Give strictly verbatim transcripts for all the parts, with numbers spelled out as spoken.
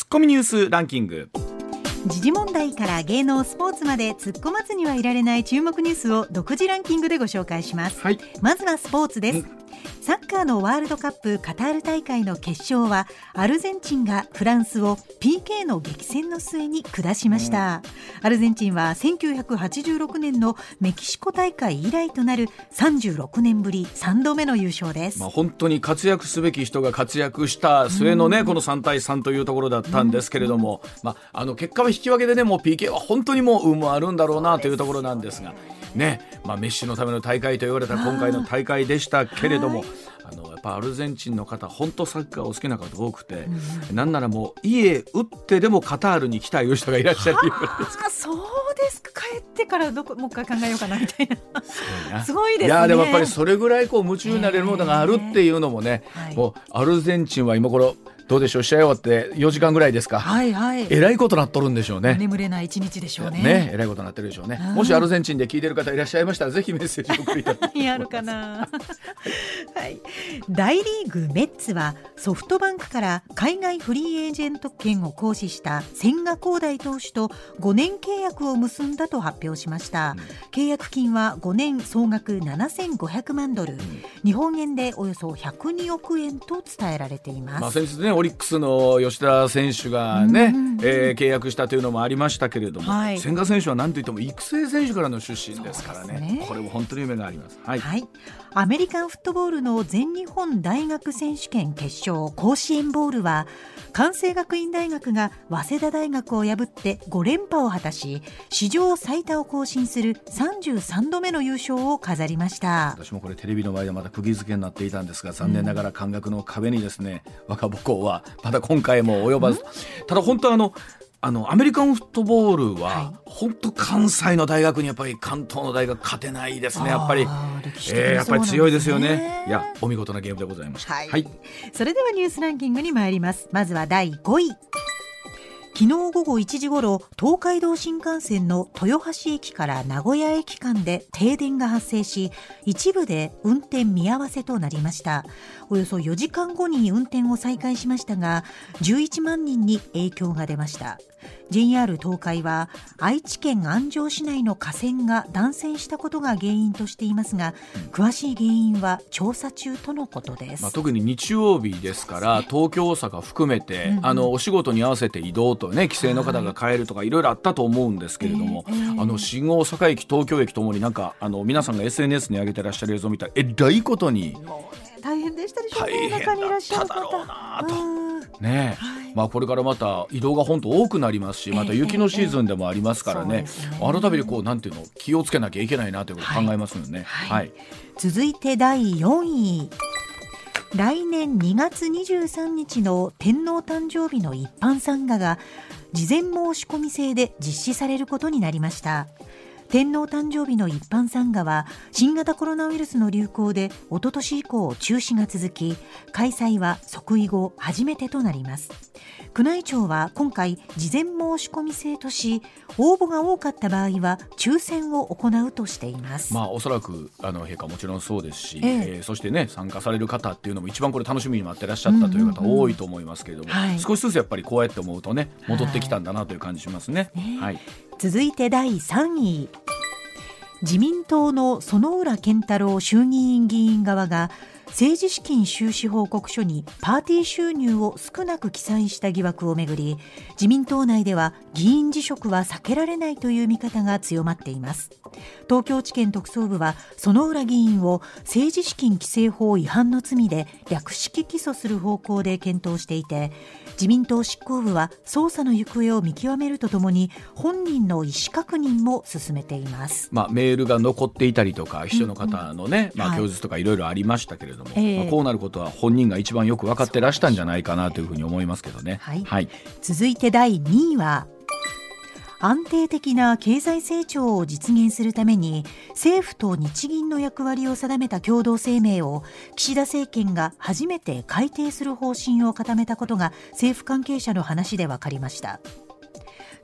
コミニュースランキング。 時事問題から芸能スポーツまで突っ込まずにはいられない注目ニュースを独自ランキングでご紹介します、 はい、 まずはスポーツです。サッカーのワールドカップカタール大会の決勝はアルゼンチンがフランスを ピーケー の激戦の末に下しました、うん、アルゼンチンはせんきゅうひゃくはちじゅうろくねんのメキシコ大会以来となるさんじゅうろくねんぶりさんどめの優勝です、 まあ、本当に活躍すべき人が活躍した末のね、うん、このさんたいさんというところだったんですけれども、うんまあ、あの結果は引き分けでねもう ピーケー は本当にもう運もあるんだろうなというところなんですがね、まあ、メッシのための大会と言われた今回の大会でしたけれども、あのやっぱアルゼンチンの方本当サッカーお好きな方多くて、うん、なんならもう家打ってでもカタールに来たいいう人がいらっしゃるということですか。 そうですか。帰ってからどこもう一回考えようかなみたいなすごいですね。 いやでもやっぱりそれぐらいこう夢中になれるものがあるっていうのもね、はい、もうアルゼンチンは今頃どうでしょう、試合終わってよじかんぐらいですか、 はいはい、 えらいことなっとるんでしょうね。 眠れない一日でしょう ね, ねえらいことなってるでしょうね。もしアルゼンチンで聞いてる方いらっしゃいましたらぜひメッセージを送りたいと思います。 やるかな、はい、大リーグメッツはソフトバンクから海外フリーエージェント権を行使した千賀滉大投手とごねん契約を結んだと発表しました、うん、契約金はごねん総額ななせんごひゃくまんドル、うん、日本円でおよそひゃくにおくえんと伝えられています、 まあ、先日ねオリックスの吉田選手がね、うんうんうんえー、契約したというのもありましたけれども、はい、千賀選手は何といっても育成選手からの出身ですから ね, ねこれも本当に夢があります、はいはい、アメリカンフットボールの全日本大学選手権決勝甲子園ボウルは関西学院大学が早稲田大学を破ってごれんぱを果たし史上最多を更新するさんじゅうさんどめの優勝を飾りました。 私もこれテレビの前でまた釘付けになっていたんですが残念ながら感覚の壁にですね、うん、若母校はまだ今回も及ばず、うん、ただ本当はあのあのアメリカンフットボールは本当関西の大学にやっぱり関東の大学勝てないですね。やっぱり、えー、やっぱり強いですよね。いやお見事なゲームでございました、 はいはい、それではニュースランキングに参ります。まずはだいごい。昨日午後いちじごろ東海道新幹線の豊橋駅から名古屋駅間で停電が発生し一部で運転見合わせとなりました。およそよじかんごに運転を再開しましたがじゅういちまんにんに影響が出ました。 ジェイアール 東海は愛知県安城市内の架線が断線したことが原因としていますが詳しい原因は調査中とのことです、 まあ、特に日曜日ですから東京大阪含めて、うんうん、あのお仕事に合わせて移動とね帰省の方が帰るとかいろいろあったと思うんですけれども、えーえー、あの新大阪駅東京駅ともになんかあの皆さんが エスエヌエス に上げてらっしゃる映像を見たらえらいことに大変でしたでしょうね。 大変だっただろうなとねえ、はいまあ、これからまた移動が本当多くなりますしまた雪のシーズンでもありますからね、えーえー、改めてこうなんていうの気をつけなきゃいけないなということを考えますよね、はいはいはい、 続いてだいよんい。来年にがつにじゅうさんにちの天皇誕生日の一般参賀が事前申し込み制で実施されることになりました。天皇誕生日の一般参賀は新型コロナウイルスの流行で一昨年以降中止が続き開催は即位後初めてとなります。宮内庁は今回事前申し込み制とし応募が多かった場合は抽選を行うとしています。 まあ、おそらくあの陛下もちろんそうですし、えーえー、そしてね参加される方っていうのも一番これ楽しみに待ってらっしゃったという方多いと思いますけれども、うんうんうん、少しずつやっぱりこうやって思うとね戻ってきたんだなという感じしますね、はいはい、 続いてだいさんい。自民党の薗浦健太郎衆議院議員側が政治資金収支報告書にパーティー収入を少なく記載した疑惑をめぐり自民党内では議員辞職は避けられないという見方が強まっています。東京地検特捜部は薗浦議員を政治資金規正法違反の罪で略式起訴する方向で検討していて自民党執行部は捜査の行方を見極めるとともに本人の意思確認も進めています、 まあ、メールが残っていたりとか秘書の方のね、うんうんまあ、供述とかいろいろありましたけれども、はいまあ、こうなることは本人が一番よく分かってらしたんじゃないかなというふうに思いますけどね、 はいはい、続いてだいにいは安定的な経済成長を実現するために政府と日銀の役割を定めた共同声明を岸田政権が初めて改定する方針を固めたことが政府関係者の話で分かりました。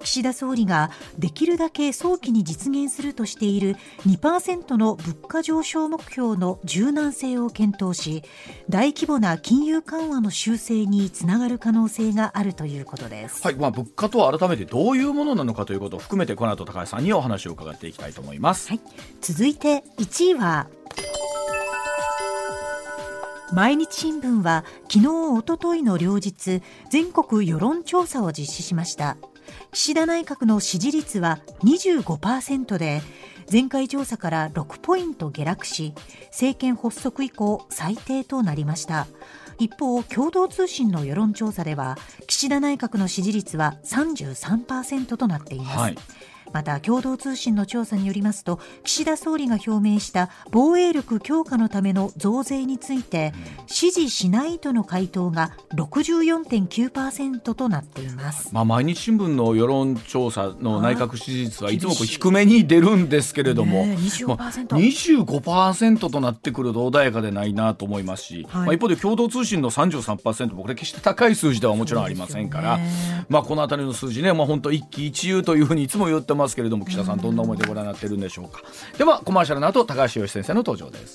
岸田総理ができるだけ早期に実現するとしている にパーセント の物価上昇目標の柔軟性を検討し、大規模な金融緩和の修正につながる可能性があるということです。 はい、まあ、物価とは改めてどういうものなのかということを含めて、この後高橋さんにお話を伺っていきたいと思います。 はい、続いていちいは、毎日新聞は昨日おとといの両日、全国世論調査を実施しました。岸田内閣の支持率は にじゅうごパーセント で、前回調査からろくポイント下落し、政権発足以降最低となりました。一方、共同通信の世論調査では岸田内閣の支持率は さんじゅうさんパーセント となっています。はい、また共同通信の調査によりますと、岸田総理が表明した防衛力強化のための増税について支持しないとの回答が ろくじゅうよんてんきゅうパーセント となっています。 まあ、毎日新聞の世論調査の内閣支持率はいつもこう低めに出るんですけれども、 ね、にじゅうごパーセント、 まあ、にじゅうごパーセント となってくると穏やかでないなと思いますし、はい、まあ、一方で共同通信の さんじゅうさんパーセント もこれ決して高い数字ではもちろんありませんから、まあ、このあたりの数字ね、まあ、本当一喜一憂というふうにいつも言ってますけれども、岸田さんどんな思いでご覧になっているんでしょうか。ではコマーシャルの後、高橋洋一先生の登場です。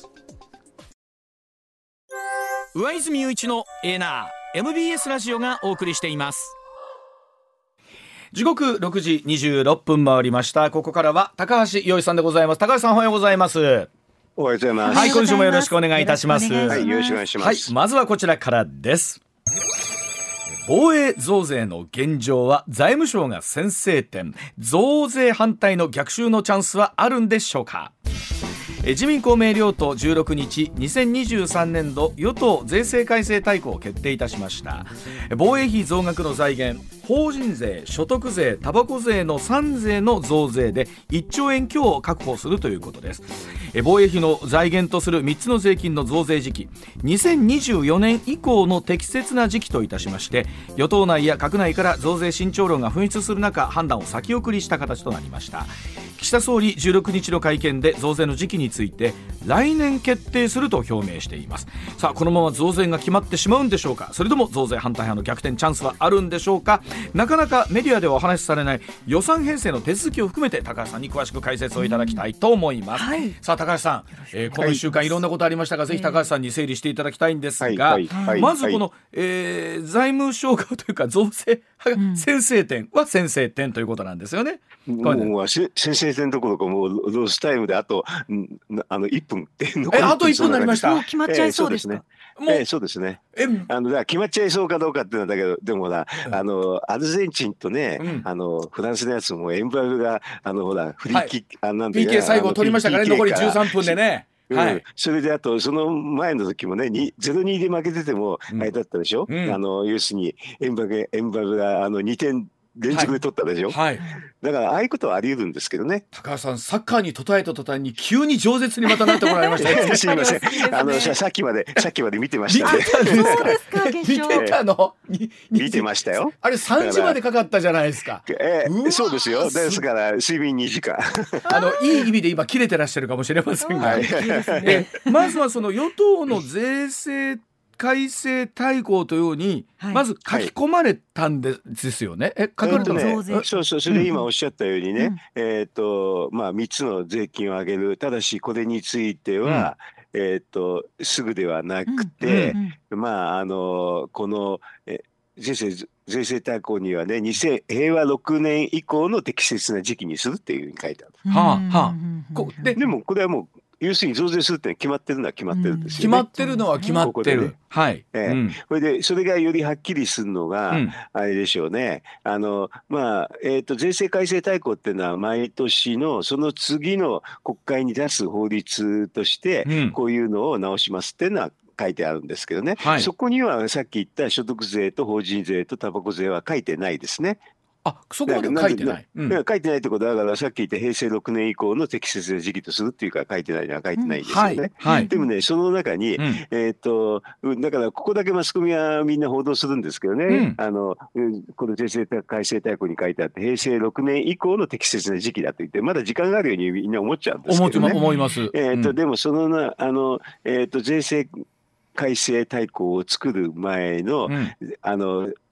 上泉雄一のエーナー エムビーエス ラジオがお送りしています。 時刻ろくじにじゅうろっぷん回りました。ここからは高橋洋一さんでございます。高橋さん、おはようございます。 おはようございます。 はい、今週もよろしくお願いいたします。 はい、よろしくお願いします。 はい、まずはこちらからです。防衛増税の現状は財務省が先制点、増税反対の逆襲のチャンスはあるんでしょうか。自民公明両党じゅうろくにち、にせんにじゅうさんねんど与党税制改正大綱を決定いたしました。防衛費増額の財源、法人税、所得税、たばこ税のさん税の増税でいっちょうえん強を確保するということです。防衛費の財源とするみっつの税金の増税時期、にせんにじゅうよねん以降の適切な時期といたしまして、与党内や閣内から増税慎重論が噴出する中、判断を先送りした形となりました。岸田総理じゅうろくにちの会見で増税の時期について来年決定すると表明しています。さあ、このまま増税が決まってしまうんでしょうか。それとも増税反対派の逆転チャンスはあるんでしょうか。なかなかメディアではお話しされない予算編成の手続きを含めて高橋さんに詳しく解説をいただきたいと思います。はい、さあ高橋さん、えー、このいっしゅうかんいろんなことありましたが、はい、ぜひ高橋さんに整理していただきたいんですが、はいはい、まずこの、はい、えー、財務省側というか増税派が先制点は先制点ということなんですよね。 もう先制点どころかもうロスタイムであとあのいっぷんって残えあといっぷんになりました。 もう決まっちゃいそうですか。 えー、そうですね。もうえー、そうですね。えあのだから決まっちゃいそうかどうかっていうのだけど、でもほら、うん、あのアルゼンチンとね、うん、あのフランスのやつもエムバペがあのほらフリーキック、はい、あなんていうかピーケー 最後取りましたからね、残りじゅうさんぷんでね。 はい、うん、それであとその前の時もね ゼロたいに で負けててもあれだったでしょ、うん、あの要するにエムバペエムバペがあのにてん連続で取ったでしょ、はいはい、だからああいうことはあり得るんですけどね。 高橋さん、サッカーに途絶えた途端に急に饒舌にまたなってもらいましたね。 すいません、あのさっきまでさっきまで見てましたね。 見てたの見てましたよ。 あれさんじまでかかったじゃないですか。 えー、そうですよ。ですから睡眠にじかんあのいい意味で今切れてらっしゃるかもしれませんが、はい、えまずはその与党の税制改正大綱というように、はい、まず書き込まれたんで、はい、ですよね。え書かれてます、 ね、そうそう、それで今おっしゃったようにね、うん、えっ、ー、とまあみっつの税金を上げる。ただしこれについては、うん、えっ、ー、とすぐではなくて、うんうん、まああのこのえ税制税制大綱にはね、にせんへいわろくねん以降の適切な時期にするっていうふうに書いてある。 はあはあ。 こででもこれはもう要するに増税するって決まってるのは決まってるんですよね。 決まってるのは決まってる。ここね、はい。 ええ、うん、それでそれがよりはっきりするのが、うん、あれでしょうね。あのまあえっ、ー、と税制改正大綱っていうのは毎年のその次の国会に出す法律として、うん、こういうのを直しますっていうのは書いてあるんですけどね、はい、そこにはさっき言った所得税と法人税とたばこ税は書いてないですね。 あ、そこまで書いてない。 うん、書いてないってことはだからさっき言ったへいせいろくねん以降の適切な時期とするっていうか書いてないのは書いてないんですよね。うんはいはい、でもねその中に、うん、えっ、ー、とだからここだけマスコミはみんな報道するんですけどね、うん、あのこの税制改正大綱に書いてあってへいせいろくねん以降の適切な時期だと言ってまだ時間があるようにみんな思っちゃうんですけどね。 思います。 えっ、ー、と、うん、でもそのなあのえっ、ー、と税制改正大綱を作る前の、うん、あの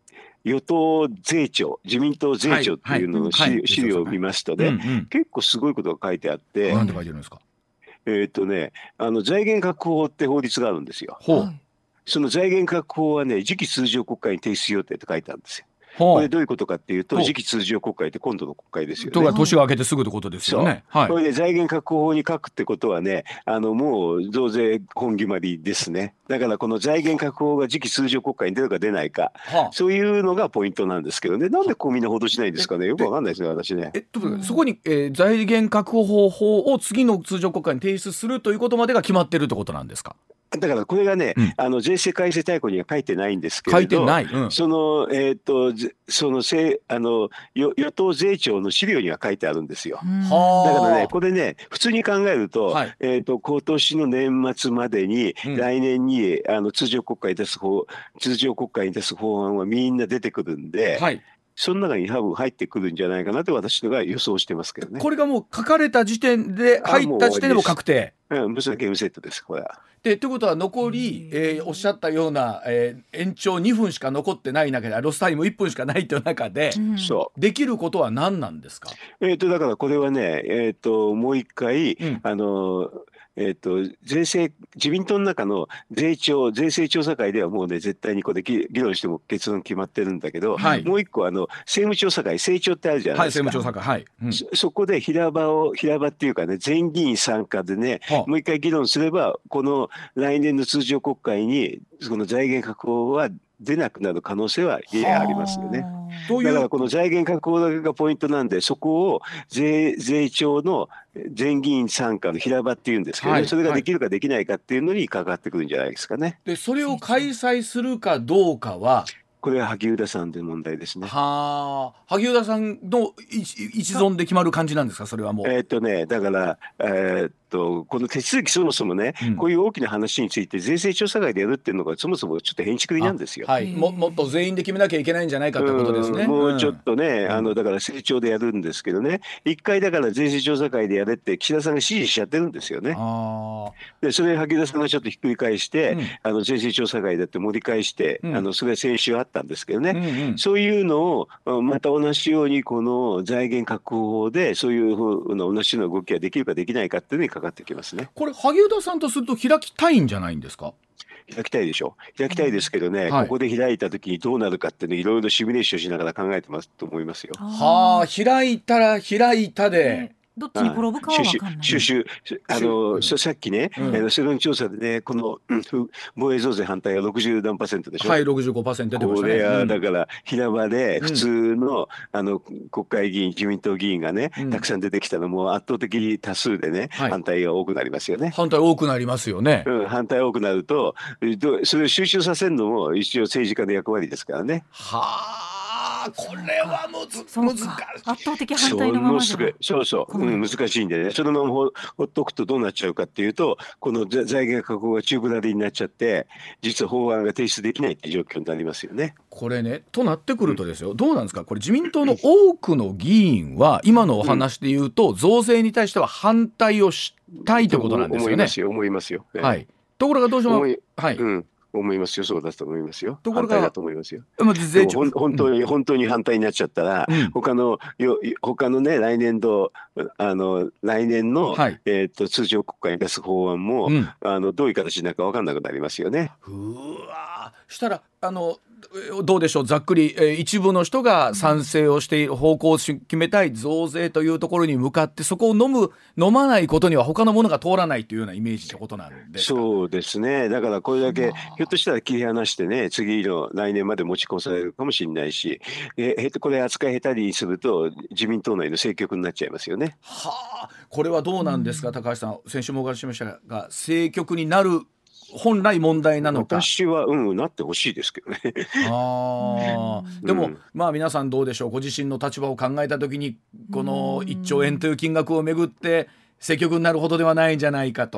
与党税調、自民党税調っていうのの資料、はいはい、資料を見ますとね、うんうん、結構すごいことが書いてあって。 何て書いてるんですか？ えーっとね、あの財源確保法って法律があるんですよ。ほう。その財源確保法はね、次期通常国会に提出予定って書いてあるんですよ。これどういうことかっていうと、次期通常国会って今度の国会ですよね。 とか年が明けてすぐってことですよね。 はい、これで財源確保法に書くってことはね、あのもう増税本決まりですね。だからこの財源確保法が次期通常国会に出るか出ないか、はあ、そういうのがポイントなんですけどね。なんでこうみんな報道しないんですかね。よくわかんないですね、私ね。 えっと、そこに、えー、財源確保法を次の通常国会に提出するということまでが決まってるってことなんですか？ だからこれがね、うん、あの税制改正大綱には書いてないんですけれど、 書いてない、うん、 その、えー、とそのせあの与党税調の資料には書いてあるんですよ。だからね、これね、普通に考えると、はい、えー、と今年の年末までに、うん、来年にあの通常国会に出す法通常国会に出す法案はみんな出てくるんで、はい、その中に多分入ってくるんじゃないかなと私のが予想してますけどね。 これがもう書かれた時点で、入った時点でも確定。 うん、無罪ゲームセットです、これは。 でということは残り、えー、おっしゃったような、えー、延長にふんしか残ってない中で、ロスタイムいっぷんしかないという中で、うん、できることは何なんですか？ えーと、だからこれはね、えーと、もう一回、うん、あのえーと、税制自民党の中の税調税制調査会ではもうね、絶対にこれ議論しても結論決まってるんだけど、はい、もう一個あの政務調査会、政調ってあるじゃないですか。 はい、政務調査会、はい、うん、 そ, そこで平場を平場っていうかね、全議員参加でね、はあ、もう一回議論すれば、この来年の通常国会にその財源確保は出なくなる可能性はややありますよね。だからこの財源確保だけがポイントなんで、そこを 税, 税調の全議員参加の平場っていうんですけどね、はい、それができるかできないかっていうのに関わってくるんじゃないですかね。 でそれを開催するかどうかは、 これは萩生田さんで問題ですね。 はあ、萩生田さんの一存で決まる感じなんですか、それはもう。 えーっとね、だから、えーっとこの手続きそもそもね、うん、こういう大きな話について税制調査会でやるっていうのがそもそもちょっと変築なんですよ。 はい、も, もっと全員で決めなきゃいけないんじゃないかということですね。 うん、もうちょっとね、うん、あのだから政調でやるんですけどね、一回だから税制調査会でやれって岸田さんが指示しちゃってるんですよね。あでそれ萩生田さんがちょっとひっくり返して、うん、あの税制調査会だって盛り返して、うん、あのそれは先週あったんですけどね、うんうん、そういうのをまた同じようにこの財源確保法でそういうふうな同じような動きができるかできないかっていうのにかかってきますね。 これ萩生田さんとすると開きたいんじゃないんですか？ 開きたいでしょ。開きたいですけどね、うん、はい、ここで開いた時にどうなるかってね、いろいろシミュレーションしながら考えてますと思いますよ。 はあ、開いたら開いたで、 どっちに転ぶかは分かんない。 収集あのさっきね、うん、世論調査でね、この、うん、防衛増税反対がろくじゅうなんパーセントでしょ。 はい、ろくじゅうごパーセント出てましたね。 これはだから平場で普通の、うん、あの国会議員、自民党議員がね、うん、たくさん出てきたのも圧倒的多数でね、はい、反対が多くなりますよね。 反対多くなりますよね。 うん、反対多くなると、それを集中させるのも一応政治家の役割ですからね。 はあ。これはむず難しい。 圧倒的反対のままじゃそうそう、うん、難しいんでね、そのままほほっとくとどうなっちゃうかっていうと、この財源確保が宙ぶらりになっちゃって、実は法案が提出できないっていう状況になりますよね。 これね、となってくるとですよ、うん、どうなんですか、これ自民党の多くの議員は今のお話で言うと、うん、増税に対しては反対をしたいということなんですよね。 思いますよ、思いますよ。 はい。ところがどうしても、はい。 うん、思いますよ、そうだと思いますよ。 ところが反対だと思いますよ。 まあ、税調本当に、うん、本当に反対になっちゃったら、うん、他のよ他のね来年度あの来年の、はい、えー、と通常国会に出す法案も、うん、あのどういう形になるか分かんなくなりますよね。 うわしたらあのどうでしょう、ざっくり、えー、一部の人が賛成をして方向を決めたい増税というところに向かって、そこを飲む飲まないことには他のものが通らないというようなイメージってことなんですか。 そうですね。だからこれだけひょっとしたら切り離してね、次の来年まで持ち越されるかもしれないし、えこれ扱い下手にすると自民党内の政局になっちゃいますよね。 はあ、これはどうなんですか、高橋さん。先週もお伺いしましたが、政局になる本来問題なのか。 私はうんなってほしいですけどね。 あでも、うん、まあ皆さんどうでしょう、ご自身の立場を考えたときにこのいっちょうえんという金額をめぐって政局になるほどではないんじゃないかと。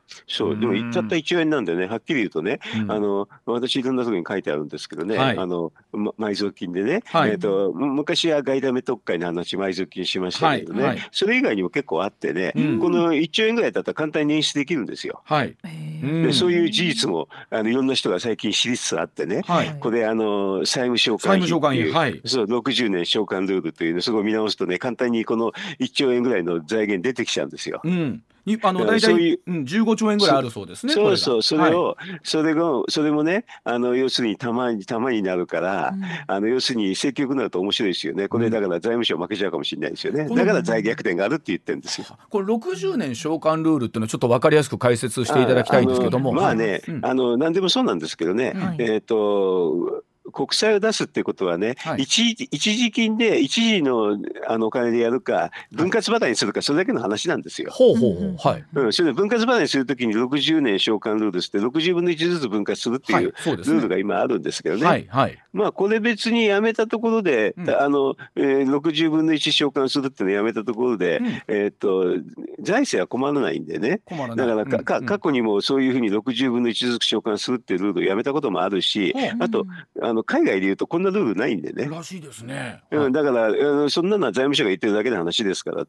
そうでもたったいちおうえんなんでね、はっきり言うとね、 うん、 あの私いろんなところに書いてあるんですけどね、 はい、 あのま埋蔵金でね、 はい、 えー、と昔は外為特会の話埋蔵金しましたけどね、 はい、はい、 それ以外にも結構あってね、 うん、 このいっちょうえんぐらいだったら簡単に捻出できるんですよ。 はい、うん、 でそういう事実もあのいろんな人が最近知りつつあってね、 はい、 これあの債務償債還務償還費、 費っていう、 はい、 そうろくじゅうねん償還ルールというのをそこを見直すとね、簡単にこのいっちょうえんぐらいの財源出てきちゃうんですよ。 うん、にあのだから大体、 そういう、 うん、じゅうごちょうえんぐらいあるそうですね、これが。 そうそう、それを、それが、それもね、あの、要するに玉に、玉になるから、あの、要するに請求になると面白いですよね。これだから財務省負けちゃうかもしれないですよね。 このだから財逆転があるって言ってるんですよ。 これろくじゅうねん償還ルールっていうのはちょっと分かりやすく解説していただきたいんですけども。 ああのまあね、 うん、 あの、何でもそうなんですけどね、 はい、 えっと、国債を出すってことはね、 はい、 一時一時金で一時のあのお金でやるか分割払いにするか、それだけの話なんですよ。 ほうほうほう、はい、 うん、それで分割払いにするときにろくじゅうねん償還ルールってろくじゅうぶんのいちずつ分割するっていうルールが今あるんですけどね。 はいはい、 まあこれ別にやめたところで、 うん、 あのえー、ろくじゅうぶんのいち償還するっていうのをやめたところで、うん、えー、っと財政は困らないんでね。だからか、か、過去にもそういうふうにろくじゅうぶんのいちずつ償還するっていうルールをやめたこともあるし、うん、あとあの海外でいうとこんなルールないんでね。 らしいですね。 うん、だからあのそんなのは財務省が言ってるだけの話ですからって、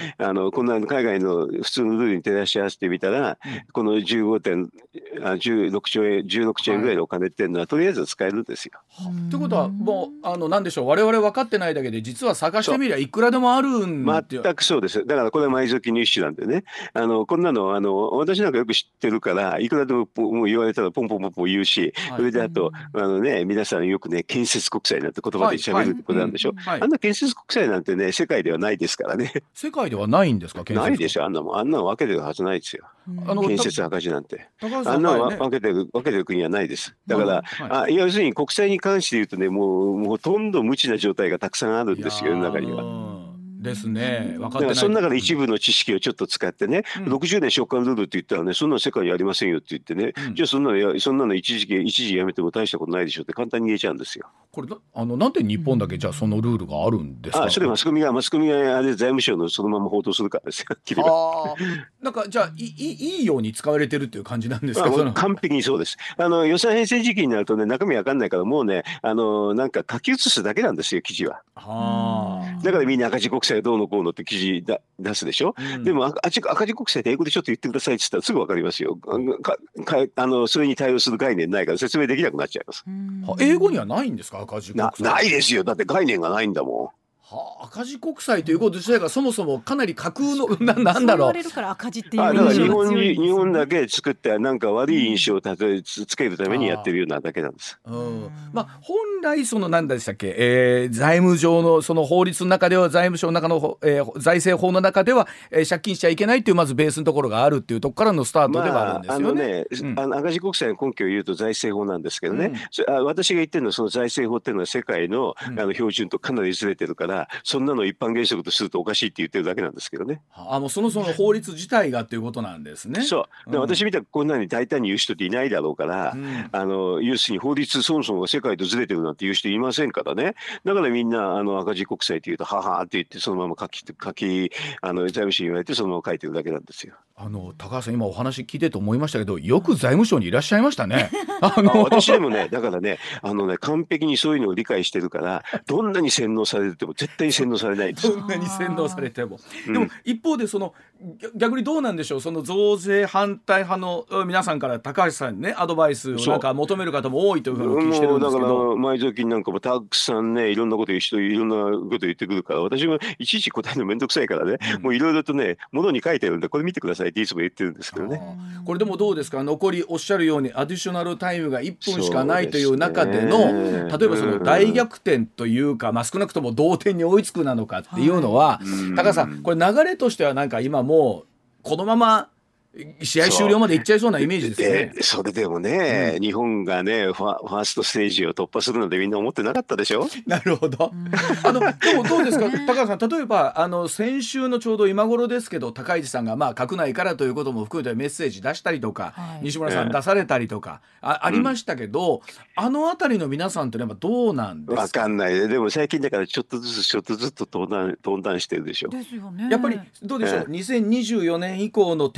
あのこんな海外の普通のルールに照らし合わせてみたら、うん、このじゅうごてんあじゅうろくちょうえんじゅうろくちょうえんぐらいのお金っていうのは、はい、とりあえず使えるんですよ。 ということはもうあの何でしょう、我々分かってないだけで実は探してみりゃいくらでもあるんで全くそうです。だからこれは埋蔵金の一種なんでね、あのこんなのあの私なんかよく知ってるからいくらでももう言われたらポンポンポンポン言うし、はい、それであとあの、ね、皆さんよくね建設国債なんて言葉で喋るってことなんでしょ、はいはい、あんな建設国債なんてね世界ではないですからね。 世界ではないんですか？建設ないですよ、あんなもん。あんなの分けてるはずないですよ、あの建設赤字なんて。あんなの分けてる、分けてる国はないです。だから、はい、あ要するに国債に関して言うとね、もう、もうほとんど無知な状態がたくさんあるんですよ、世の中には。 ですね。分かってない。 だからその中で一部の知識をちょっと使ってね、うん、ろくじゅうねん償還ルールって言ったらね、そんなの世界にありませんよって言ってね、うん、じゃあそんなのやそんなの一時一時やめても大したことないでしょって簡単に言えちゃうんですよ。 これあのなんで日本だけじゃあそのルールがあるんですか？ あ、それマスコミがマスコミがあれ財務省のそのまま報道するからですよ。あなんかじゃあいいいいように使われてるっていう感じなんですか？ 完璧にそうです。あの予算編成時期になるとね、中身わかんないからもうね、あのなんか書き写すだけなんですよ、記事は。はだからみんな赤字国債どうのこうのって記事だ出すでしょ、うん、でも赤字赤字国債って英語でちょっと言ってくださいって言ったらすぐわかりますよ。かかあのそれに対応する概念ないから説明できなくなっちゃいます。 英語にはないんですか？赤字国債な, ないですよ。だって概念がないんだもん。 はあ、赤字国債ということ自体がそもそもかなり架空の な, なんだろう。そう言われるから赤字っていう印象が強いんですよね。だから日本に日本だけ作ってなんか悪い印象をたとえつけるためにやってるようなだけなんです。うん、 まあ本来その何でしたっけ、えー、財務上のその法律の中では財務省の中の、えー、財政法の中では、えー、借金しちゃいけないっていうまずベースのところがあるっていうところからのスタートではあるんですよね。 まあ、あのね、うん、あの赤字国債の根拠を言うと財政法なんですけどね、うん、あ私が言ってるのはその財政法っていうのは世界の、うん、あの標準とかなりずれてるからそんなの一般原則とするとおかしいって言ってるだけなんですけどね。 あもうそのその法律自体がっていうことなんですね。 そうで、うん、私みたいにこんなに大胆に言う人っていないだろうから、うん、あの要するに法律そもそもが世界とずれてるなんて言う人いませんからね。だからみんなあの赤字国債って言うとははって言ってそのまま書き書きあの財務省に言われてそのまま書いてるだけなんですよ。 あの高橋さん今お話聞いてと思いましたけどよく財務省にいらっしゃいましたね。 あの私でもねだからねあのね完璧にそういうのを理解してるからどんなに洗脳されても絶対に洗脳されないんです。 どんなに洗脳されても、うん、でも一方でその逆にどうなんでしょう、その増税反対派の皆さんから高橋さんにねアドバイスをなんか求める方も多いというふうにお聞きしてるんですけど、 だから埋蔵金なんかもたくさんねいろんなこと言う人いろんなこと言ってくるから私もいちいち答えるのめんどくさいからね、うん、もういろいろとねものに書いてるんでこれ見てくださいっていつも言ってるんですけどね。 これでもどうですか、残りおっしゃるようにアディショナルタイムがいっぷんしかないという中での、ね、例えばその大逆転というか、まあ、少なくとも同点に追いつくなのかっていうのは、はい、高橋さんこれ流れとしてはなんか今もうこのまま試合終了までいっちゃいそうなイメージですよね。 それでもね、うん、日本がねファ、ファーストステージを突破するのでみんな思ってなかったでしょ。 なるほど。あのでもどうですか高橋さん、例えばあの先週のちょうど今頃ですけど高市さんがまあ閣内からということも含めてメッセージ出したりとか、はい、西村さん出されたりとか、うん、あ, ありましたけど、うん、あのあたりの皆さんってやっぱどうなんですか。 わかんない。でも最近だからちょっとずつちょっとずつと登壇登壇してるでしょ。 ですよね。 やっぱりどうでしょう、えー、にせんにじゅうよねん以降の適切な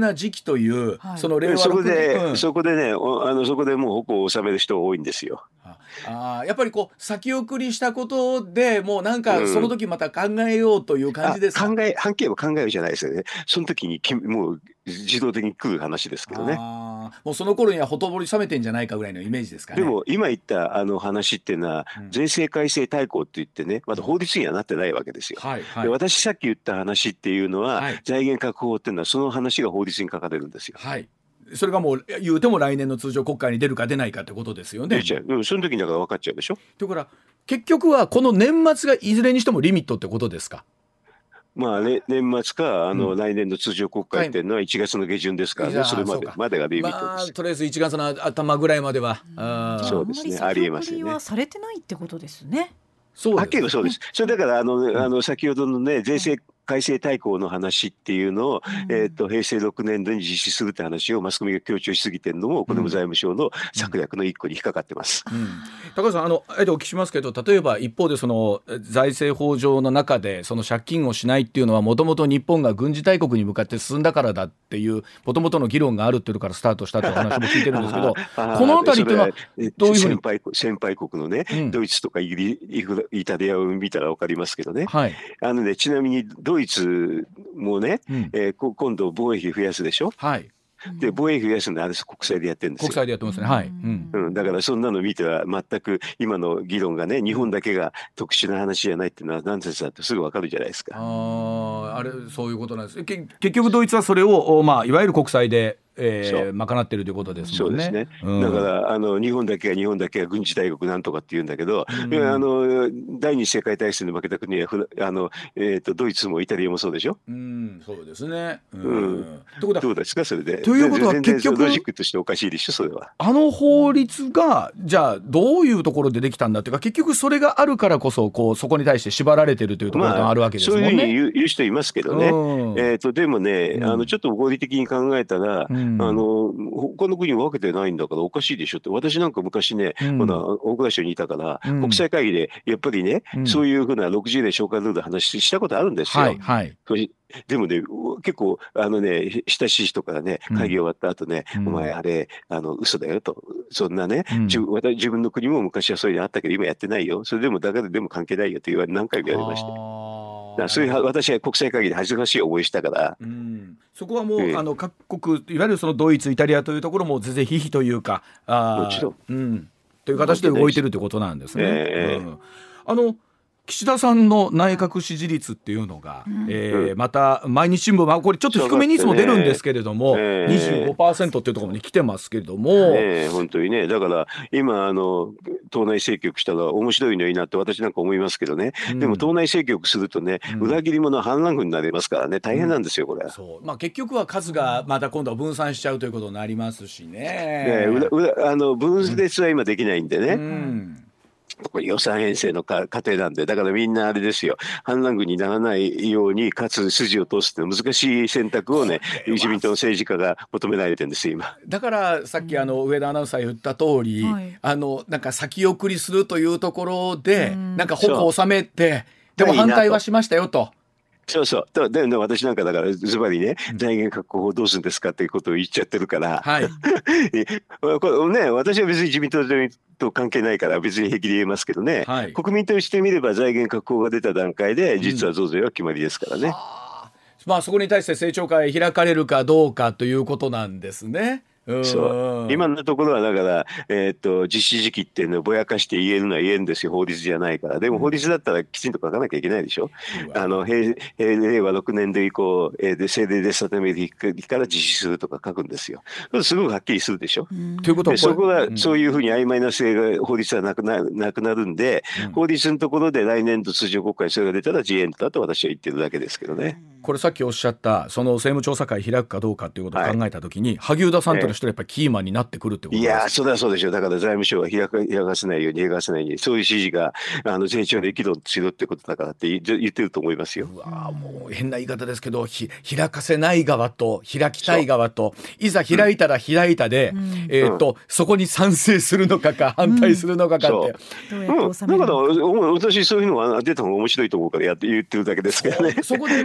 な時期という、はい、その令和そこで、 うん、 そこでね、あのそこでもう矛を収める人が多いんですよ。 ああ、やっぱりこう先送りしたことでもうなんかその時また考えようという感じですか。 うん、考え半径は考えるじゃないですよね。その時にもう自動的に来る話ですけどね。 あ、もうその頃にはほとぼり冷めてんじゃないかぐらいのイメージですかね。 でも今言ったあの話っていうのは、うん、税制改正大綱って言ってね、まだ法律にはなってないわけですよ。はいはい、で私さっき言った話っていうのは、はい、財源確保っていうのはその話が法律に書かれるんですよ。 はい、それがもう言うても来年の通常国会に出るか出ないかってことですよね。 出ちゃう。その時にだから分かっちゃうでしょ。 だから結局はこの年末がいずれにしてもリミットってことですか。 まあね、年末かあの、うん、来年の通常国会っていうのはいちがつの下旬ですからね、はい、それまでまでがリミットです、まあ、 とりあえずいちがつの頭ぐらいまでは、 うん、あそうですね、ありえますよね。はされてないってことですね。 そうですね。 はっきりそうです。それだからあの、うん、あの先ほどのね税制改正大綱の話っていうのを、うん、えー、と平成ろくねんどに実施するって話をマスコミが強調しすぎてるのもこれも財務省の策略の一個に引っかかってます、 うんうん、高橋さん、あのあえてお聞きしますけど、例えば一方でその財政法上の中でその借金をしないっていうのはもともと日本が軍事大国に向かって進んだからだっていうもともとの議論があるっていうのからスタートしたという話も聞いてるんですけどこのあたりっていうのはどういうふうに先輩、先輩国のね、うん、ドイツとかイギリイタリアを見たら分かりますけどね、はい、あのねちなみにドイツもうね、うん、えー、今度防衛費増やすでしょ。はい、で防衛費増やすのはあれ国債でやってるんですよ。 国債でやってますね。はい、うんうん、だからそんなの見ては全く今の議論がね日本だけが特殊な話じゃないっていうのはナンセンスだってすぐ分かるじゃないですか。 ああれそういうことなんです。け結局ドイツはそれを、まあ、いわゆる国債でえー、賄っているということですもんね。 そうですね、うん、だからあの日本だけが日本だけが軍事大国なんとかって言うんだけど、うん、あの第二次世界大戦で負けた国はあの、えー、とドイツもイタリアもそうでしょ。 うん、そうですね、うんうん、どうですかそれで。 ということは結局ロジックとしておかしいでしょそれは。 あの法律がじゃあどういうところでできたんだっていうか結局それがあるからこそこうそこに対して縛られてるというところがあるわけですもんね。 まあ、そういうふうに言う、言う人いますけどね、うん、えー、とでもね、うん、あのちょっと合理的に考えたら、うん、あの他の国に分けてないんだからおかしいでしょって。私なんか昔ね、うん、まだ大蔵省にいたから、うん、国際会議でやっぱりね、うん、そういうふうなろくじゅうねん償還ルールの話したことあるんですよ。はいはい、でもね結構あのね親しい人からね会議終わった後ね、うん、お前あれあの嘘だよと。そんなね、うん、自, 分自分の国も昔はそういうのあったけど今やってないよ。それでもだからでも関係ないよと言われ何回も言われました。だそういう私は国際会議で恥ずかしい思いしたから、 うん、そこはもう、えー、あの各国いわゆるそのドイツイタリアというところも全然ひひというかあもちろん、 うん、という形で動いてるということなんですね。えーうん、あの岸田さんの内閣支持率っていうのが、うんえー、また毎日新聞はこれちょっと低めにいつも出るんですけれども、ねえー、にじゅうごパーセント っていうところに来てますけれども、 えー、本当にね。だから今あの党内政局したら面白いのいいなって私なんか思いますけどね、うん、でも党内政局するとね、うん、裏切り者反乱軍になりますからね大変なんですよこれ、うんそうまあ、結局は数がまた今度は分散しちゃうということになりますしね。 ね裏裏あの分裂は今できないんでね、 うんこれ予算編成の過程なんでだからみんなあれですよ反乱軍にならないようにかつ筋を通すっていう難しい選択をね自民党の政治家が求められてるんですよ今。 だからさっきあの上田アナウンサー言った通り、うん、あのなんか先送りするというところで、うん、なんか矛を収めてでも反対はしましたよと。 そうそう。で、で私なんかだからズバリね、財源確保法どうするんですかっていうことを言っちゃってるから、はい、これね、私は別に自民党と関係ないから別に平気で言えますけどね、はい、国民としてみれば財源確保が出た段階で実は増税は決まりですからね、うんまあ、そこに対して政調会開かれるかどうかということなんですね。 そう今のところはだから、えー、と実施時期っていうのをぼやかして言えるのは言えるんですよ法律じゃないから。でも法律だったらきちんと書かなきゃいけないでしょ、うん、あの 平, 平令和ろくねん度以降、えー、で政令で定める日から実施するとか書くんですよ。すごくはっきりするでしょ、うん、ということはそこはそういうふうに曖昧な性が法律はなく な, なくなるんで、うん、法律のところで来年度通常国会それが出たら自演だと私は言ってるだけですけどね。 これさっきおっしゃったその政務調査会開くかどうかということを考えたときに、はい、萩生田さんという人はやっぱりキーマンになってくるってことですか。 いやそれはそうでしょう。だから財務省は開か、開かせないように開かせないようにそういう指示があの税調で議論しろってことだからって言ってると思いますよ。 うわもう変な言い方ですけどひ開かせない側と開きたい側といざ開いたら開いたで、うんえーとうん、そこに賛成するのかか反対するのかかって、 うんうん、だから私そういうのは出た方が面白いと思うからやって言ってるだけですけどね。 そこでまあ我々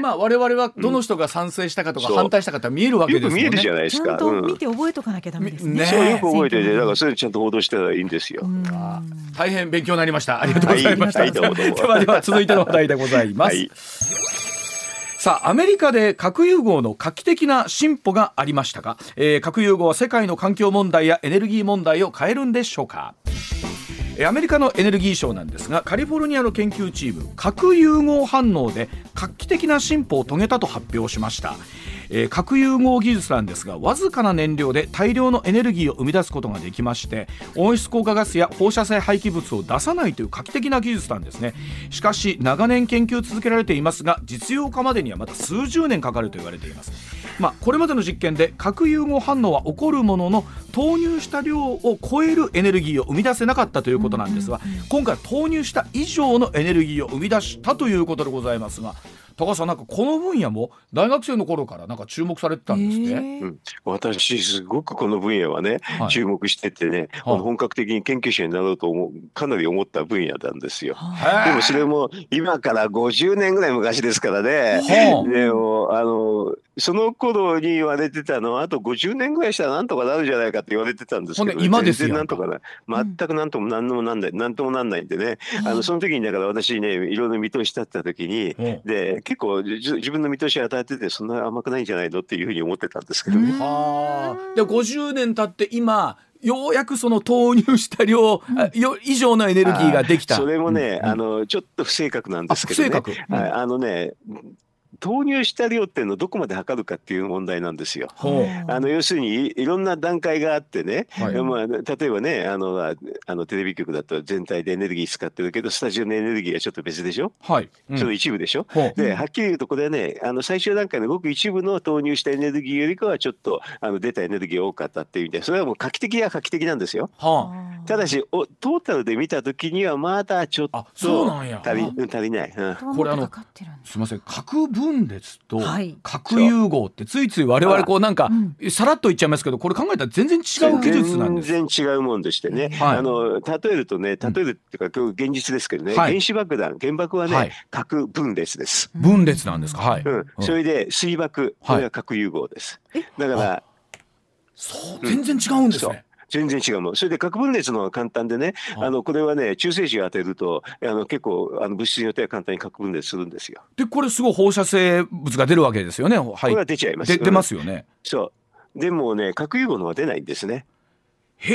々はどの人が賛成したかとかうん反対したかって見えるわけですよね。 よく見えるじゃないですか。 ちゃんと見て覚えとかなきゃダメですね。 うんねそうよく覚えてて、 選挙だからそれちゃんと報道したらいいんですよ。 大変勉強になりました。ありがとうございました。 はいはいどうもどうもではでは続いての話題でございます。 はいさあアメリカで核融合の画期的な進歩がありましたが、えー、核融合は世界の環境問題やエネルギー問題を変えるんでしょうか。アメリカのエネルギー省なんですが、カリフォルニアの研究チーム核融合反応で画期的な進歩を遂げたと発表しました。えー、核融合技術なんですが、わずかな燃料で大量のエネルギーを生み出すことができまして、温室効果ガスや放射性廃棄物を出さないという画期的な技術なんですね。しかし長年研究続けられていますが、実用化までにはまた数十年かかると言われています。まあ、これまでの実験で核融合反応は起こるものの、投入した量を超えるエネルギーを生み出せなかったということなんですが、今回投入した以上のエネルギーを生み出したということでございますが、高橋さん、なんかこの分野も大学生の頃からなんか注目されてたんですね。 うん、私すごくこの分野はね、 はい、 注目しててね、はい、本格的に研究者になろうと思うかなり思った分野なんですよ。でもそれも今からごじゅうねんぐらい昔ですからね。でもあのその頃に言われてたのは、あとごじゅうねんぐらいしたらなんとかなるんじゃないかって言われてたんですけど、ね、 今ですよ。 全然なんとかな、全くなんともなんともなんない、なんともなんないんでね、うん、あのその時にだから私ね、いろいろ見通し立った時に、うん、で結構自分の見通し当たってて、そんな甘くないんじゃないのっていうふうに思ってたんですけどね。 はでごじゅうねん経って今ようやくその投入した量、うん、以上のエネルギーができた。 それもね、うん、あのちょっと不正確なんですけどね。 不正確、うん、 あのね投入した量っていうのをどこまで測るかっていう問題なんですよ。あの要するにいろんな段階があってね、はい、まあ、例えばねあのあのテレビ局だと全体でエネルギー使ってるけど、スタジオのエネルギーはちょっと別でしょ、はい、うん、その一部でしょ、ではっきり言うとこれはね、あの最終段階のごく一部の投入したエネルギーよりかはちょっとあの出たエネルギーが多かったっていう意味で、それはもう画期的は画期的なんですよ。はあ、ただしおトータルで見たときにはまだちょっと足り、足りない、うん、 これあのすみません、核分裂と核融合ってついつい我々こうなんかさらっと言っちゃいますけど、これ考えたら全然違う技術なんです。 全然違うもんでしてね、はい、あの例えるとね、例えるっていうか今日現実ですけどね、はい、原子爆弾、原爆はね、はい、核分裂です。 分裂なんですか。はい、 うん、それで水爆、これは核融合です。だからそう全然違うんですね。 全然違うもん。それで核分裂の方が簡単でね、あのこれはね中性子を当てるとあの結構あの物質によっては簡単に核分裂するんですよ。 でこれすごい放射性物が出るわけですよね。はい、 これは出ちゃいます。 出ますよね、うん、 そうでもね核融合の方は出ないんですね。 へえ。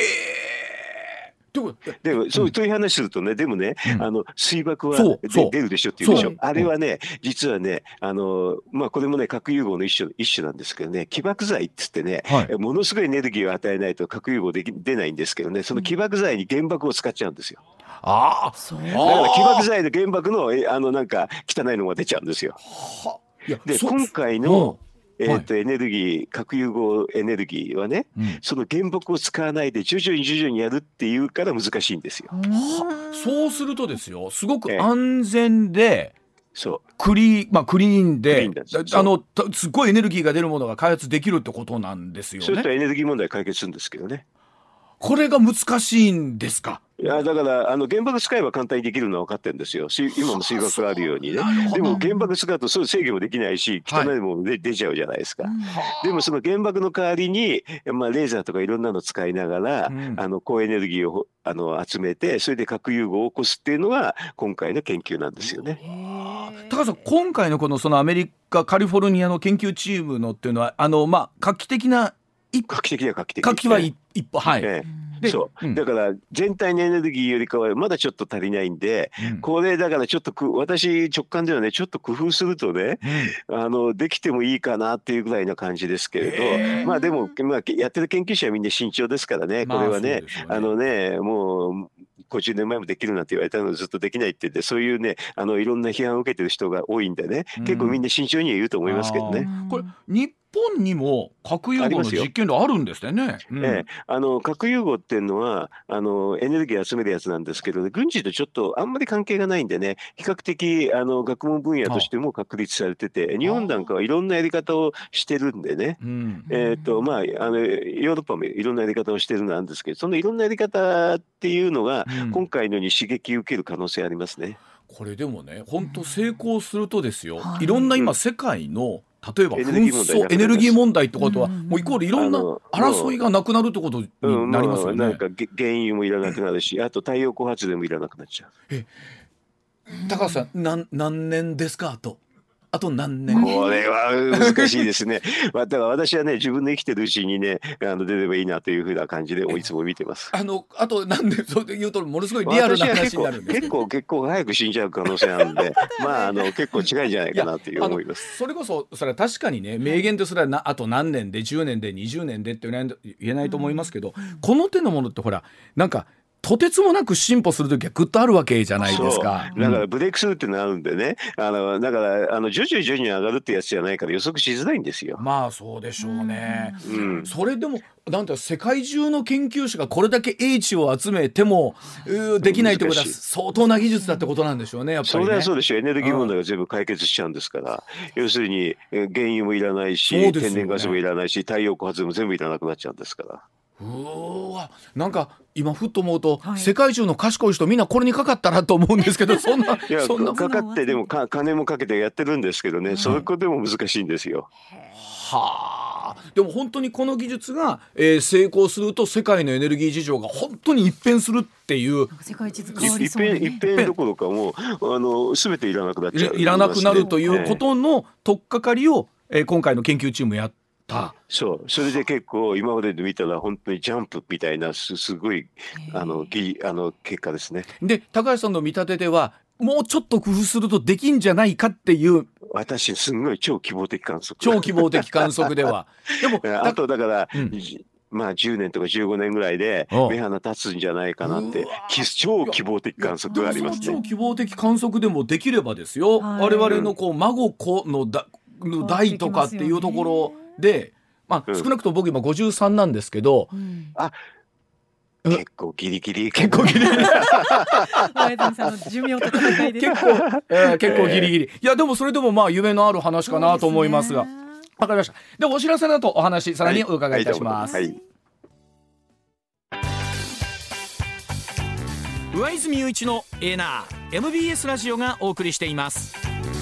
でもそういう話するとね、でもね、うん、あの水爆は出るでしょって言うでしょ。あれはね、実はね、あのまあこれもね核融合の一種一種なんですけどね、起爆剤っつってね、はい、ものすごいエネルギーを与えないと核融合でき出ないんですけどね、その起爆剤に原爆を使っちゃうんですよ。ああ、そう。だから起爆剤で原爆のあのなんか汚いのが出ちゃうんですよ。で今回のえーとはい、エネルギー核融合エネルギーはね、うん、その原爆を使わないで徐々に徐々にやるっていうから難しいんですよ。 そうするとですよ、すごく安全で、えー、 そうクリー、まあ、クリーンであのすごいエネルギーが出るものが開発できるってことなんですよね。 そうするとエネルギー問題解決するんですけどね。 これが難しいんですか。 いやだからあの原爆使えば簡単にできるのは分かってるんですよ。今も水爆があるようにね。でも原爆使うとそう制御もできないし汚いものも出ちゃうじゃないですか、はい、でもその原爆の代わりに、まあ、レーザーとかいろんなの使いながら、うん、あの高エネルギーをあの集めてそれで核融合を起こすっていうのが今回の研究なんですよね。 高橋さん、今回のこのそのアメリカカリフォルニアの研究チームのっていうのはあの、まあ、画期的な画期的な画期的画期は一歩、はい、 ええ、そう、うん、だから全体のエネルギーよりかはまだちょっと足りないんで、うん、これだからちょっと私直感ではねちょっと工夫するとね、うん、あのできてもいいかなっていうぐらいな感じですけれど、まあでも、まあ、やってる研究者はみんな慎重ですからね、これはね、まあ、あのねもうごじゅうねんまえもできるなんて言われたのずっとできないって言って、そういうねあのいろんな批判を受けてる人が多いんでね、うん、結構みんな慎重には言うと思いますけどね。 これ日本にも核融合の実験であるんですね。 うん、ええ、あの核融合っていうのはあのエネルギー集めるやつなんですけど、ね、軍事とちょっとあんまり関係がないんでね、比較的あの学問分野としても確立されてて、日本なんかはいろんなやり方をしてるんでね、えーとまあ、あのヨーロッパもいろんなやり方をしてるなんですけど、そのいろんなやり方っていうのが今回のに刺激を受ける可能性ありますね。 これでもね本当成功するとですよ、 はい、 いろんな今世界の例えば紛エネルギー問題争エネルギー問題ってことは、 うんうんもうイコールいろんな争いがなくなるってことになりますよね。 うんまあ、なんかげ原油もいらなくなるし、あと太陽光発電もいらなくなっちゃう。 え高橋さん何何年ですか？あとあと何年？ これは難しいですね。まあだから私はね自分で生きてるうちにねあの出ればいいなというふうな感じでいつも見てます。 あのあと何年そう言うとものすごいリアルな話になるんです。 結構結構早く死んじゃう可能性あるんでまああの結構近いんじゃないかなという思います。 それこそそれは確かにね明言ですらなあと何年でじゅうねんでにじゅうねんでって言えない言えないと思いますけど、うん、この手のものってほらなんかとてつもなく進歩するときはぐっとあるわけじゃないですか。 だからブレイクスルーってのあるんでね、あのだからあの徐々に徐々に上がるってやつじゃないから予測しづらいんですよ。 まあそうでしょうね、 うん、 それでもなんて世界中の研究者がこれだけ英知を集めてもできないってことは相当な技術だってことなんでしょうね。やっぱりね。 それはそうでしょう。エネルギー問題が全部解決しちゃうんですから、うん、要するに原油もいらないし、ね、天然ガスもいらないし太陽光発電も全部いらなくなっちゃうんですから。 うわなんか今ふっと思うと、 はい、 世界中の賢い人みんなこれにかかったらと思うんですけどそんないやそんなかかってでもか金もかけてやってるんですけどね、そこでも難しいんですよ。 はあ、でも本当にこの技術が、えー、成功すると世界のエネルギー事情が本当に一変するっていう世界地図変わりそうな、ね、 一変一変どころかもうあの全ていらなくなっちゃう、 いらなくなるということの取っかかりを、えー、今回の研究チームやったそうそれで結構今までで見たら本当にジャンプみたいな す, すごいあのぎあの結果ですね。 で高橋さんの見立てではもうちょっと工夫するとできんじゃないかっていう私すごい超希望的観測超希望的観測ではでもあとだから、 うんまあじゅうねんとかじゅうごねんぐらいで目鼻立つんじゃないかなって超希望的観測がありますね。 超希望的観測でもできればですよ、はい、我々のこう孫子のだの代とかっていうところで、まあ、少なくとも僕今ごじゅうさんなんですけど、うん、 あ結構ギリギリ結構ギリギリ前泉さんの寿命と戦いです結構、えー、結構ギリギリ、いやでもそれでもまあ夢のある話かなと思いますが、わかりました。でお知らせの後お話さらにお伺いいたします、はいはいはい、 上泉雄一のエーナー エムビーエス ラジオがお送りしています。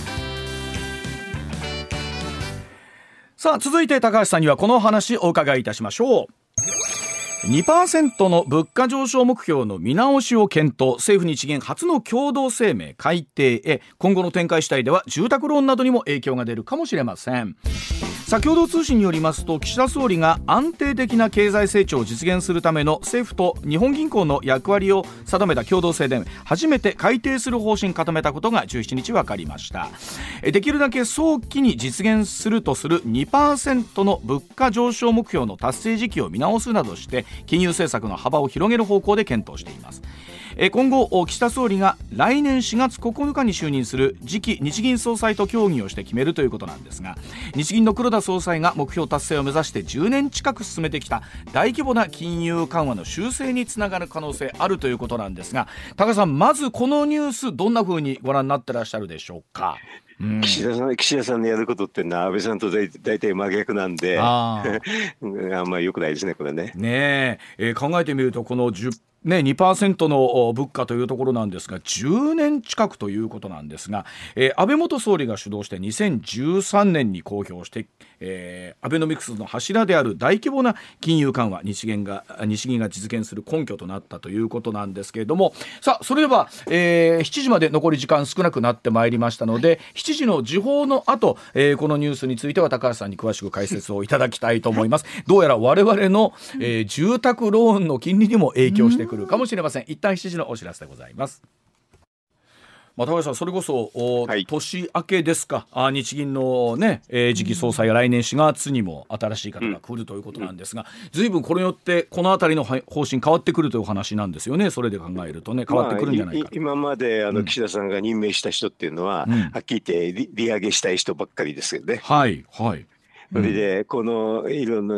さあ続いて高橋さんにはこのお話お伺いいたしましょう。にパーセント の物価上昇目標の見直しを検討、政府日銀初の共同声明改定へ。今後の展開次第では住宅ローンなどにも影響が出るかもしれません。先ほど通信によりますと岸田総理が安定的な経済成長を実現するための政府と日本銀行の役割を定めた共同声明初めて改定する方針を固めたことがじゅうしちにち分かりました。できるだけ早期に実現するとする にパーセント の物価上昇目標の達成時期を見直すなどして金融政策の幅を広げる方向で検討しています。今後岸田総理が来年しがつここのかに就任する次期日銀総裁と協議をして決めるということなんですが、日銀の黒田総裁が目標達成を目指してじゅうねん近く進めてきた大規模な金融緩和の修正につながる可能性あるということなんですが、高橋さんまずこのニュースどんな風にご覧になってらっしゃるでしょうか。 うん、岸田さん、岸田さんのやることってのは安倍さんと大体真逆なんでああんまり良くないですねこれね。 ねえ、えー、考えてみるとこのじゅうね、にパーセント の物価というところなんですがじゅうねん近くということなんですが、えー、安倍元総理が主導してにせんじゅうさんねんに公表して、えー、アベノミクスの柱である大規模な金融緩和日銀が日銀が実現する根拠となったということなんですけれども、さあそれでは、えー、しちじまで残り時間少なくなってまいりましたので、しちじの時報の後、えー、このニュースについては高橋さんに詳しく解説をいただきたいと思います。どうやら我々の、えー、住宅ローンの金利にも影響してくるかもしれません。一旦しちじのお知らせでございます。まあ、高橋さんそれこそ、はい、年明けですか、あ日銀の、ねえー、次期総裁が来年しがつにも新しい方が来るということなんですが、うん、随分これによってこのあたりの方針変わってくるというお話なんですよね。それで考えるとね変わってくるんじゃないか、まあ、 今まであの岸田さんが任命した人っていうのは、うん、はっきり言って 利, 利上げしたい人ばっかりですよね。 はいはい。 それでこのいろんな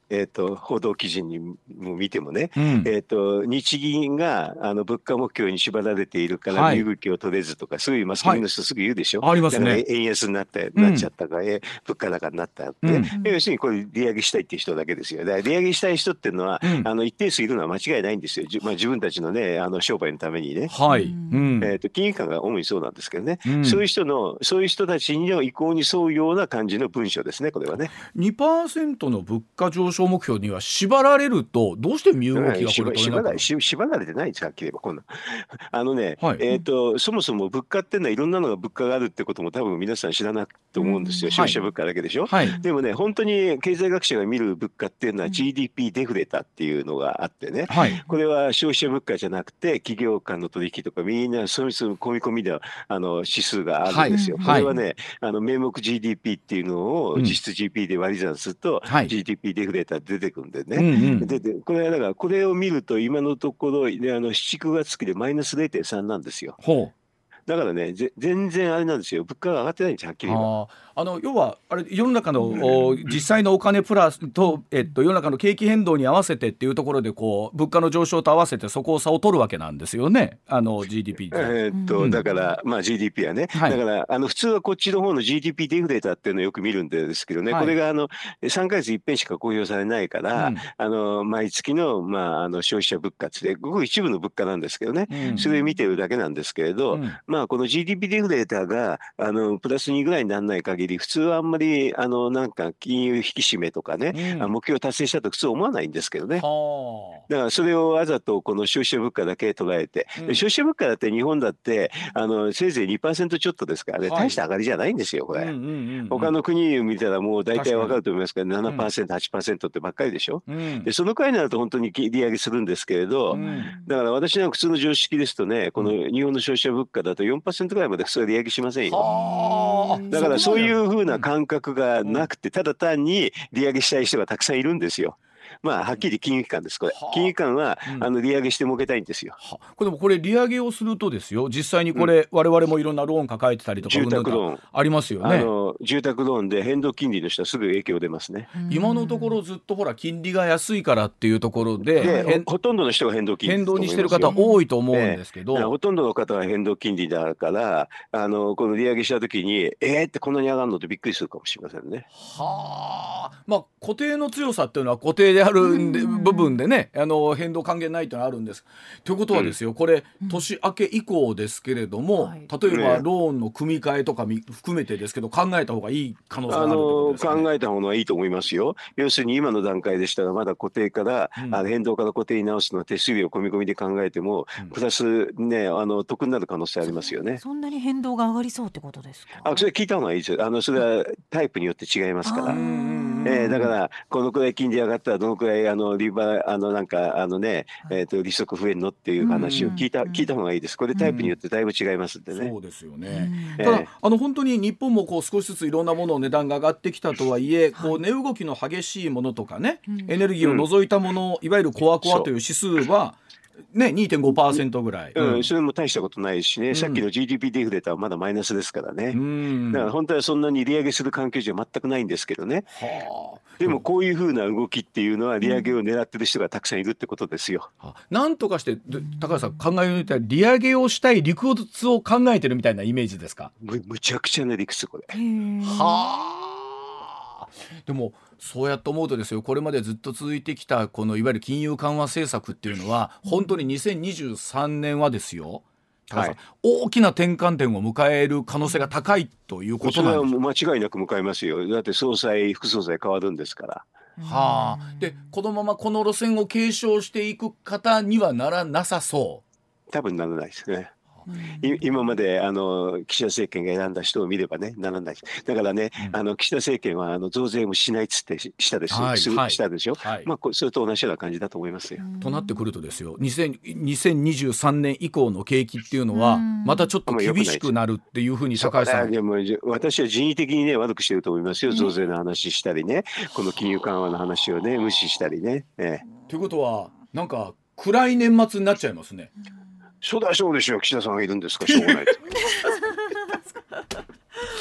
えー、と報道記事にも見てもね、 うんえー、と日銀があの物価目標に縛られているからはい身動きを取れずとか、そういうマスコミの人すぐ言うでしょ、 ありますねだから円安になって、 うんなっちゃったから、え物価高になったって、 うん要するにこれ利上げしたいっていう人だけですよ。だから利上げしたい人っていうのは、 うんあの一定数いるのは間違いないんですよ、じ、まあ、自分たちのねあの商売のためにね。 はい、うんえー、と金融機関が主にそうなんですけどね、 うんそういう人のそういう人たちの意向に沿うような感じの文章ですね、これはね。 にパーセント の物価上昇目標には縛られるとどうして身動きがこれ取れなくなる。 し縛られてないんです、はっきり言えばこんなあのね、 はいえー、とそもそも物価っていうのはいろんなのが物価があるってことも多分皆さん知らないと思うんですよ、 うん消費者物価だけでしょ、 はいでもね本当に経済学者が見る物価っていうのは ジーディーピー デフレタっていうのがあってね、 はいこれは消費者物価じゃなくて企業間の取引とかみんなそういう込み込みであの指数があるんですよ、 はいこれはねあの名目 ジーディーピー っていうのをうん実質 ジーピー で割り算すると、 はいジーディーピー デフレタ出てくるんでね、 うんうんででこれはだからこれを見ると今のところであのしち、くがつ期でマイナス れいてんさん なんですよ。 ほうだからねぜ全然あれなんですよ、物価が上がってないんですよ、はっきり言えば。 あーあの要はあれ世の中のお実際のお金プラスと、えっと、世の中の景気変動に合わせてっていうところでこう物価の上昇と合わせてそこを差を取るわけなんですよね、あの ジーディーピー って。 えーっとうんだから、まあ、ジーディーピー はね、 はいだからあの普通はこっちの方の ジーディーピー デフレーターっていうのをよく見るんですけどね、 はいこれがあのさんかげついっぺんしか公表されないから、 うんあの毎月の、まあ、あの消費者物価ってごく一部の物価なんですけどね、 うんそれを見てるだけなんですけれど、 うんまあ、この ジーディーピー デフレーターがあのプラスにぐらいにならない限り普通はあんまりあのなんか金融引き締めとかね、 うんあ目標達成したと普通思わないんですけどね。 はだからそれをわざとこの消費者物価だけ捉えて、 うんで消費者物価だって日本だってあのせいぜい にパーセント ちょっとですからね、 はい大した上がりじゃないんですよこれ、 あうんうんうんうん他の国を見たらもう大体わかると思いますけどにななパーセント、はちパーセント ってばっかりでしょ。 うんでそのくらいになると本当に利上げするんですけれど、 うんだから私なんか普通の常識ですとねこの日本の消費者物価だと よんパーセント ぐらいまで普通は利上げしませんよ。 はあだからそういうふうなうん感覚がなくて、ただ単に利上げしたい人がたくさんいるんですよ。まあはっきり金融機関ですこれはあ。 金融機関は、 うんあの利上げして儲けたいんですよ。 はこれでもこれ利上げをするとですよ、実際にこれ、我々もいろんなローン抱えてたりとか住宅ローンありますよあね。 の住宅ローンで変動金利の人はすぐ影響出ますね。 今のところずっとほら金利が安いからっていうところでで変ほほとんどの人が変動金利変動にしてる方だと思いますよ多いと思うんですけど、 だからほとんどの方は変動金利だからあのこの利上げした時にえーってこんなに上がるのってびっくりするかもしれませんね。 はあ、まあ固定の強さっていうのは固定であるんで部分でね、あの変動還元ないというのはあるんです。ということはですよ、これ年明け以降ですけれども、 はい例えばねローンの組み替えとかみ含めてですけど考えた方がいい可能性がああるということのですかね。 考えた方がいいと思いますよ。要するに今の段階でしたらまだ固定から、 うんあの変動から固定に直すのは手数料込み込みで考えても、 うんプラスねあの得になる可能性ありますよね。 そんなに変動が上がりそうってことですか。 あそれ聞いた方がいいですよ。あのそれはタイプによって違いますから。 あーえー、だからこのくらい金利上がったらどのくらいあのリバあのなんかあのね、えー、と利息増えるのっていう話を聞いた、 うん聞いた方がいいです。これタイプによってだいぶ違いますんでね。 そうですよね。 うんただ、 ええあの本当に日本もこう少しずついろんなものの値段が上がってきたとはいえ、こう値動きの激しいものとかね、 うんエネルギーを除いたもの、いわゆるコアコアという指数は、ね、にてんごパーセント ぐらい、 うんそれも大したことないしね、 んさっきの ジーディーピー デフレーターはまだマイナスですからね。 うんだから本当はそんなに利上げする環境じゃ全くないんですけどね。 はあでもこういうふうな動きっていうのは利上げを狙ってる人がたくさんいるってことですよ。 あなんとかしてで高橋さん考え抜いたら利上げをしたい理屈を考えてるみたいなイメージですか。 むむちゃくちゃな理屈これ。 へーはあでもそうやって思うとですよ、これまでずっと続いてきたこのいわゆる金融緩和政策っていうのは本当ににせんにじゅうさんねんはですよ、高橋さん、 はい大きな転換点を迎える可能性が高いということそれはなんです。 もう間違いなく向かいますよ。だって総裁副総裁変わるんですから。 はあ、でこのままこの路線を継承していく方にはならなさそ多分ならないですね。い今まであの岸田政権が選んだ人を見ればねならない。だからね、 うんあの岸田政権はあの増税もしないっつってししたです、するはいはいしたでしょ。 う、はいまあこそれと同じような感じだと思いますよ。 となってくるとですよ、にせんにせんにじゅうさんねん以降の景気っていうのはうんまたちょっと厳しくなるっていうふうに高橋さん。 でもじ私は人為的にね悪くしてると思いますよ。増税の話したりね、この金融緩和の話をね無視したりね。ええ、 ということはなんか暗い年末になっちゃいますね。 そうだそうでしょう。岸田さんがいるんですからしょうがないです。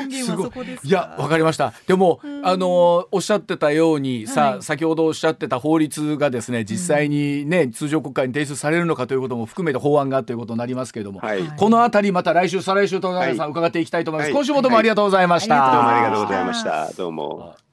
関連はそこですか。 いやわかりました。でもあのおっしゃってたようにさ、 はい、 先ほどおっしゃってた法律がですね実際にね通常国会に提出されるのかということも含めて法案がということになりますけれども、はい、このあたりまた来週再来週と皆さん伺っていきたいと思います、はい、今週もどうもありがとうございました、 はいはい、どうもありがとうございました。どうも。